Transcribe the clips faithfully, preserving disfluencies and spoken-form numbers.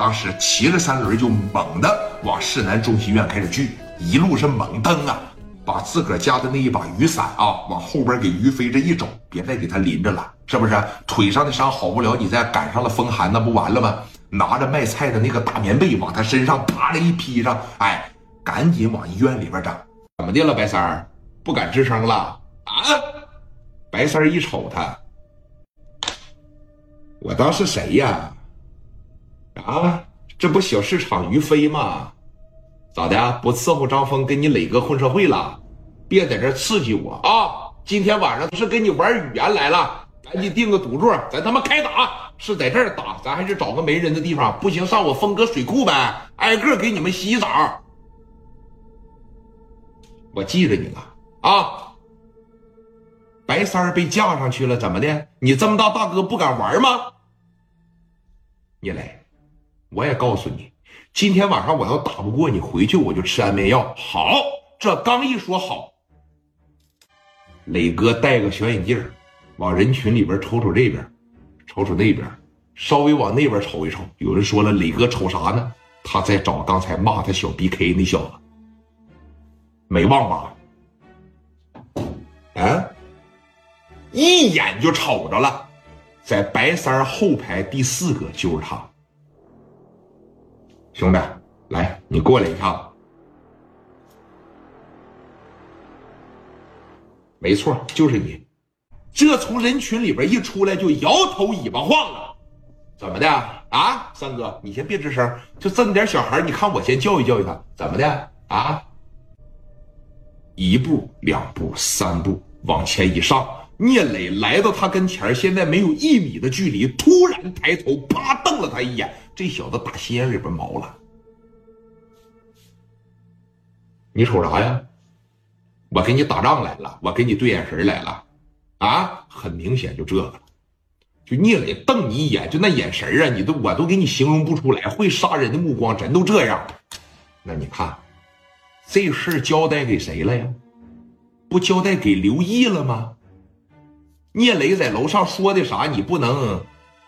当时骑着三轮就猛地往市南中戏院开始聚，一路是猛蹬啊，把自个儿家的那一把雨伞啊往后边给于飞这一肘，别再给他淋着了，是不是？腿上的伤好不了，你再赶上了风寒，那不完了吗？拿着卖菜的那个大棉被往他身上啪的一披上，哎，赶紧往医院里边整。怎么的了，白三儿？不敢吱声了啊？白三儿一瞅他，我当是谁呀？啊，这不小市场于飞吗？咋的？不伺候张峰跟你磊哥混社会了？别在这刺激我啊！今天晚上是跟你玩语言来了，赶紧定个赌注，咱他妈开打！是在这儿打，咱还是找个没人的地方？不行，上我峰哥水库呗，挨个给你们洗澡。我记着你了啊！白三儿被架上去了，怎么的？你这么大大哥不敢玩吗？聂磊，我也告诉你，今天晚上我要打不过你，回去我就吃安眠药。好，这刚一说好，磊哥戴个小眼镜，往人群里边瞅瞅这边，瞅瞅那边，稍微往那边瞅一瞅。有人说了，磊哥瞅啥呢？他在找刚才骂他小 B K 那小子，没忘吧？啊，一眼就瞅着了，在白三后排第四个就是他。兄弟，来，你过来一下子。没错，就是你。这从人群里边一出来就摇头尾巴晃了。怎么的啊，三哥，你先别吱声，就这么点小孩，你看我先教育教育他，怎么的啊？一步两步三步往前一上，聂磊来到他跟前，现在没有一米的距离，突然抬头啪瞪了他一眼，这小子打心眼里边毛了。你瞅啥呀？我跟你打仗来了，我跟你对眼神来了啊！很明显就这个了，就聂磊瞪你一眼，就那眼神啊，你都我都给你形容不出来，会杀人的目光真都这样。那你看这事交代给谁了呀？不交代给刘毅了吗？聂磊在楼上说的啥你不能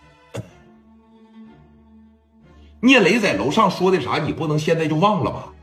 聂磊在楼上说的啥你不能现在就忘了吧？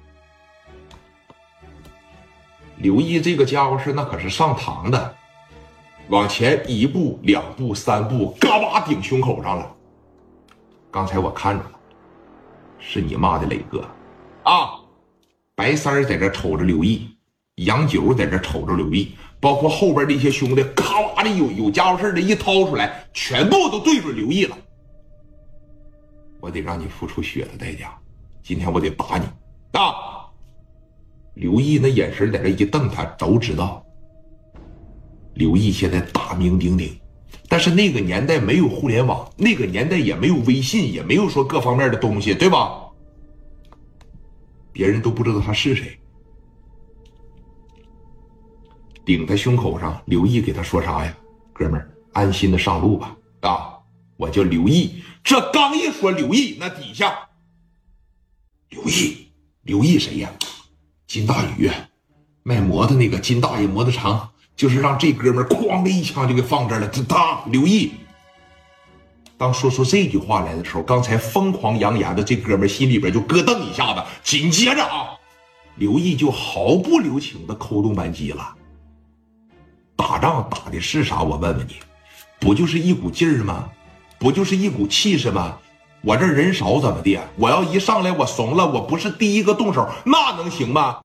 刘毅这个家伙是那可是上膛的，往前一步两步三步，嘎巴顶胸口上了。刚才我看着了，是你妈的磊哥啊！白三儿在这瞅着刘毅，杨九在这瞅着刘毅，包括后边这些兄弟，咔哇的有有家伙事的一掏出来，全部都对准刘毅了。我得让你付出血的代价，今天我得打你啊！刘毅那眼神在这一瞪，他都知道刘毅现在大名鼎鼎，但是那个年代没有互联网，那个年代也没有微信，也没有说各方面的东西，对吧？别人都不知道他是谁。顶他胸口上，刘毅给他说啥呀？哥们儿，安心的上路吧啊！我叫刘毅。这刚一说刘毅，那底下刘毅刘毅谁呀？金大宇，卖摩托那个金大爷摩托厂，就是让这哥们哐的一枪就给放这儿了。他刘毅当说出这句话来的时候，刚才疯狂扬言的这哥们心里边就咯噔一下子，紧接着啊，刘毅就毫不留情的扣动扳机了。打仗打的是啥？我问问你，不就是一股劲儿吗？不就是一股气势吗？我这人少怎么的？我要一上来我怂了，我不是第一个动手，那能行吗？